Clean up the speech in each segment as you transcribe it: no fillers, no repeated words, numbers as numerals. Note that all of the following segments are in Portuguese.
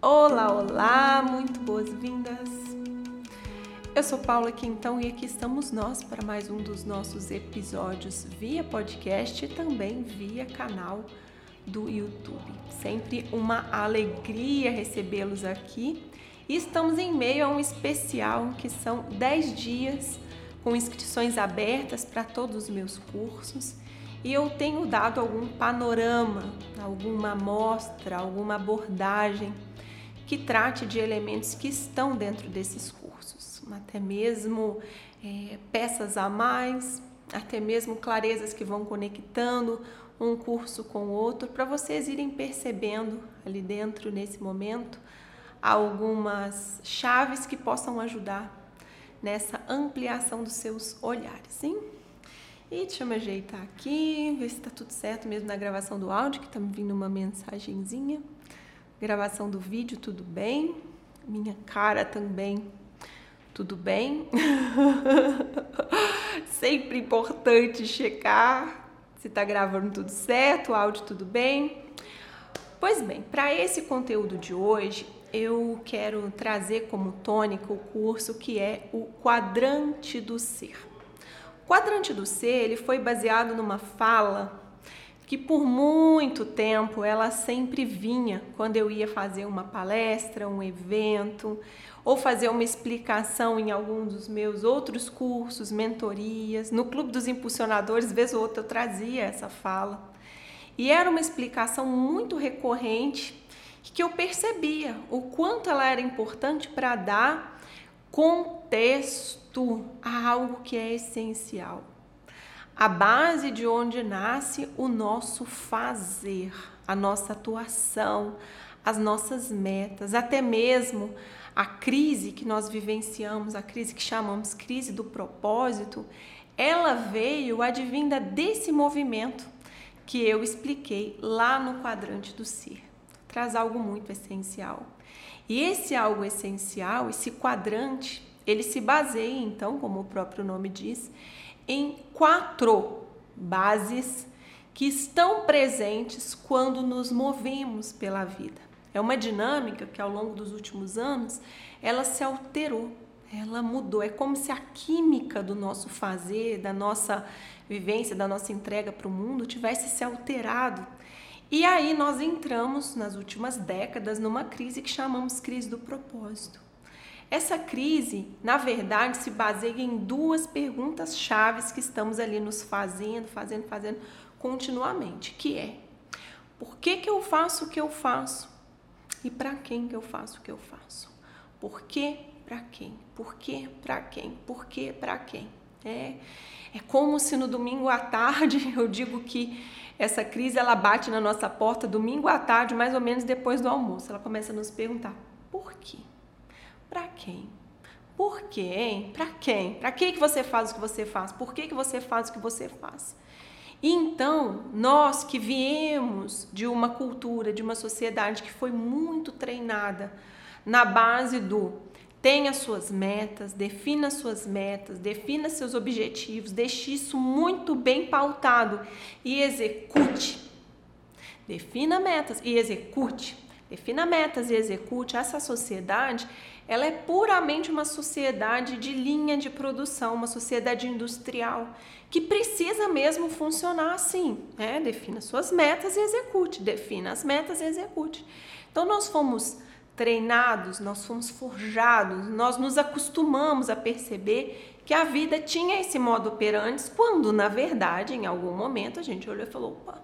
Olá, olá, muito boas-vindas! Eu sou Paula Quintão e aqui estamos nós para mais um dos nossos episódios via podcast e também via canal do YouTube. Sempre uma alegria recebê-los aqui e estamos em meio a um especial que são 10 dias com inscrições abertas para todos os meus cursos e eu tenho dado algum panorama, alguma amostra, alguma abordagem que trate de elementos que estão dentro desses cursos, até mesmo peças a mais, até mesmo clarezas que vão conectando um curso com o outro, para vocês irem percebendo ali dentro, nesse momento, algumas chaves que possam ajudar nessa ampliação dos seus olhares, sim? E deixa eu me ajeitar aqui, ver se está tudo certo mesmo na gravação do áudio, que está me vindo uma mensagenzinha. Gravação do vídeo, tudo bem? Minha cara também, tudo bem? Sempre importante checar se tá gravando tudo certo, o áudio tudo bem. Pois bem, para esse conteúdo de hoje, eu quero trazer como tônica o curso que é o Quadrante do Ser. O Quadrante do Ser, ele foi baseado numa fala que por muito tempo ela sempre vinha quando eu ia fazer uma palestra, um evento, ou fazer uma explicação em algum dos meus outros cursos, mentorias. No Clube dos Impulsionadores, vez ou outra, eu trazia essa fala. E era uma explicação muito recorrente que eu percebia o quanto ela era importante para dar contexto a algo que é essencial. A base de onde nasce o nosso fazer, a nossa atuação, as nossas metas, até mesmo a crise que nós vivenciamos, a crise que chamamos crise do propósito, ela veio advinda desse movimento que eu expliquei lá no Quadrante do Ser. Traz algo muito essencial. E esse algo essencial, esse quadrante, ele se baseia, então, como o próprio nome diz, em 4 bases que estão presentes quando nos movemos pela vida. É uma dinâmica que ao longo dos últimos anos, ela se alterou, ela mudou. É como se a química do nosso fazer, da nossa vivência, da nossa entrega para o mundo tivesse se alterado. E aí nós entramos nas últimas décadas numa crise que chamamos crise do propósito. Essa crise, na verdade, se baseia em 2 perguntas chaves que estamos ali nos fazendo continuamente, que é: por que eu faço o que eu faço? E para quem que eu faço o que eu faço? Por que, para quem? Por que, para quem? Por que, para quem? É como se no domingo à tarde, eu digo que essa crise ela bate na nossa porta domingo à tarde, mais ou menos depois do almoço. Ela começa a nos perguntar: por quê? Para quem? Por quê, hein? Para quem? Para que você faz o que você faz? Por que você faz o que você faz? Então, nós que viemos de uma cultura, de uma sociedade que foi muito treinada na base do tenha suas metas, defina seus objetivos, deixe isso muito bem pautado e execute. Defina metas e execute. Defina metas e execute. Essa sociedade, ela é puramente uma sociedade de linha de produção, uma sociedade industrial, que precisa mesmo funcionar assim, né? Defina suas metas e execute. Defina as metas e execute. Então, nós fomos treinados, nós fomos forjados, nós nos acostumamos a perceber que a vida tinha esse modo operandi, quando, na verdade, em algum momento, a gente olhou e falou: opa,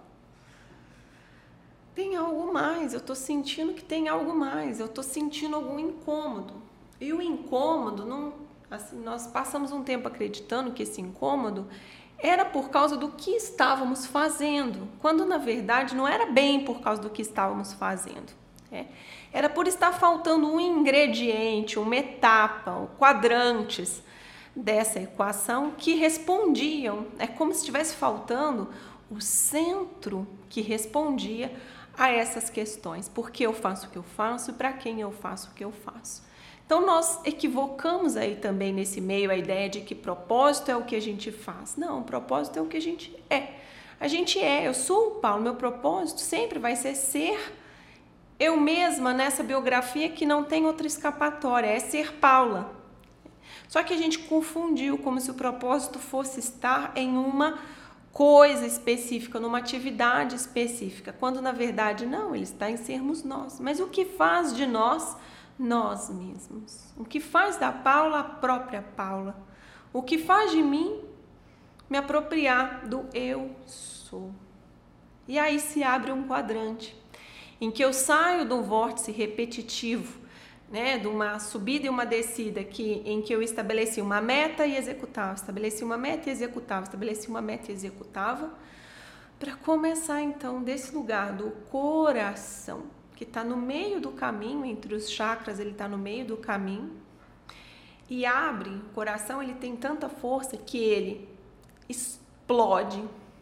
tem algo mais, eu tô sentindo que tem algo mais, eu tô sentindo algum incômodo. E o incômodo, não, assim, nós passamos um tempo acreditando que esse incômodo era por causa do que estávamos fazendo, quando na verdade não era bem por causa do que estávamos fazendo. Era por estar faltando um ingrediente, uma etapa, quadrantes dessa equação que respondiam. É como se estivesse faltando o centro que respondia a essas questões. Por que eu faço o que eu faço e para quem eu faço o que eu faço? Então, nós equivocamos aí também nesse meio a ideia de que propósito é o que a gente faz. Não, propósito é o que a gente é. A gente é, eu sou o Paulo, meu propósito sempre vai ser eu mesma nessa biografia que não tem outra escapatória, é ser Paula. Só que a gente confundiu como se o propósito fosse estar em uma coisa específica, numa atividade específica, quando na verdade não, ele está em sermos nós. Mas o que faz de nós, nós mesmos? O que faz da Paula a própria Paula? O que faz de mim me apropriar do eu sou? E aí se abre um quadrante em que eu saio do vórtice repetitivo, né, de uma subida e uma descida em que eu estabeleci uma meta e executava, estabeleci uma meta e executava, estabeleci uma meta e executava, para começar então desse lugar do coração, que está no meio do caminho, entre os chakras ele está no meio do caminho, e abre, o coração ele tem tanta força que ele explode,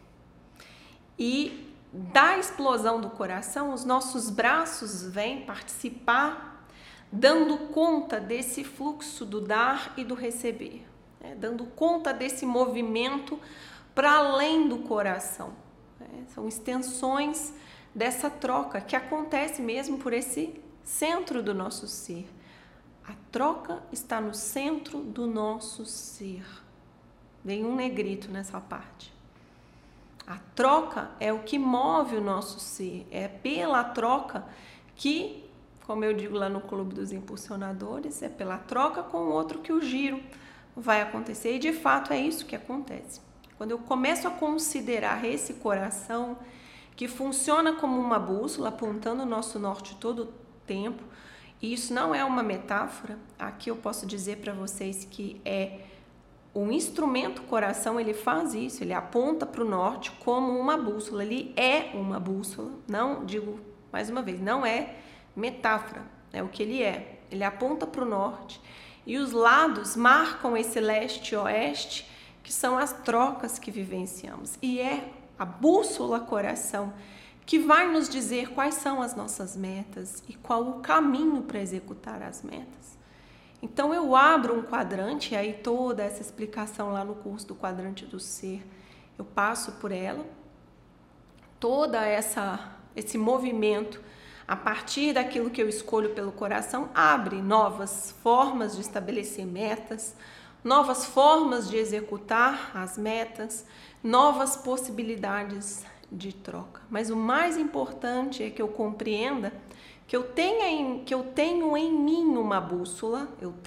e da explosão do coração, os nossos braços vêm participar, dando conta desse fluxo do dar e do receber, né? Dando conta desse movimento para além do coração, né? São extensões dessa troca que acontece mesmo por esse centro do nosso ser. A troca está no centro do nosso ser. Vem um negrito nessa parte. A troca é o que move o nosso ser, é pela troca que, como eu digo lá no Clube dos Impulsionadores, é pela troca com o outro que o giro vai acontecer, e de fato é isso que acontece. Quando eu começo a considerar esse coração, que funciona como uma bússola, apontando o nosso norte todo o tempo, e isso não é uma metáfora, aqui eu posso dizer para vocês que o instrumento coração, ele faz isso, ele aponta para o norte como uma bússola, ele é uma bússola, não, digo mais uma vez, não é metáfora, é o que ele é, ele aponta para o norte e os lados marcam esse leste e oeste, que são as trocas que vivenciamos, e é a bússola coração que vai nos dizer quais são as nossas metas e qual o caminho para executar as metas. Então eu abro um quadrante, e aí toda essa explicação lá no curso do quadrante do ser, eu passo por ela, toda esse movimento a partir daquilo que eu escolho pelo coração, abre novas formas de estabelecer metas, novas formas de executar as metas, novas possibilidades de troca. Mas o mais importante é que eu compreenda que eu tenho em mim uma bússola,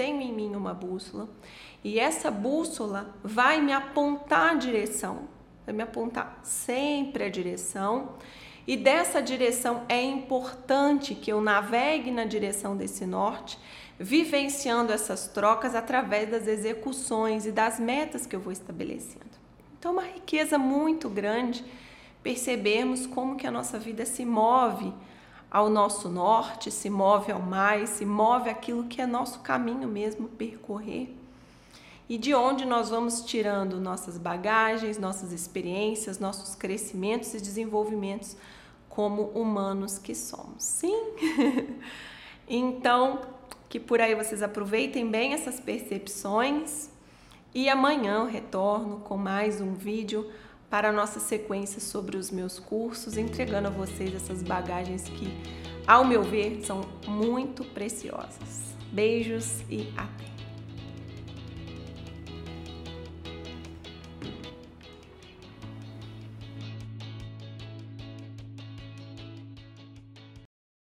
e essa bússola vai me apontar a direção, vai me apontar sempre a direção, e dessa direção é importante que eu navegue na direção desse norte, vivenciando essas trocas através das execuções e das metas que eu vou estabelecendo. Então, uma riqueza muito grande percebermos como que a nossa vida se move ao nosso norte, se move ao mais, se move aquilo que é nosso caminho mesmo percorrer, e de onde nós vamos tirando nossas bagagens, nossas experiências, nossos crescimentos e desenvolvimentos como humanos que somos. Sim? Então, que por aí vocês aproveitem bem essas percepções, e amanhã eu retorno com mais um vídeo para a nossa sequência sobre os meus cursos, entregando a vocês essas bagagens que, ao meu ver, são muito preciosas. Beijos e até!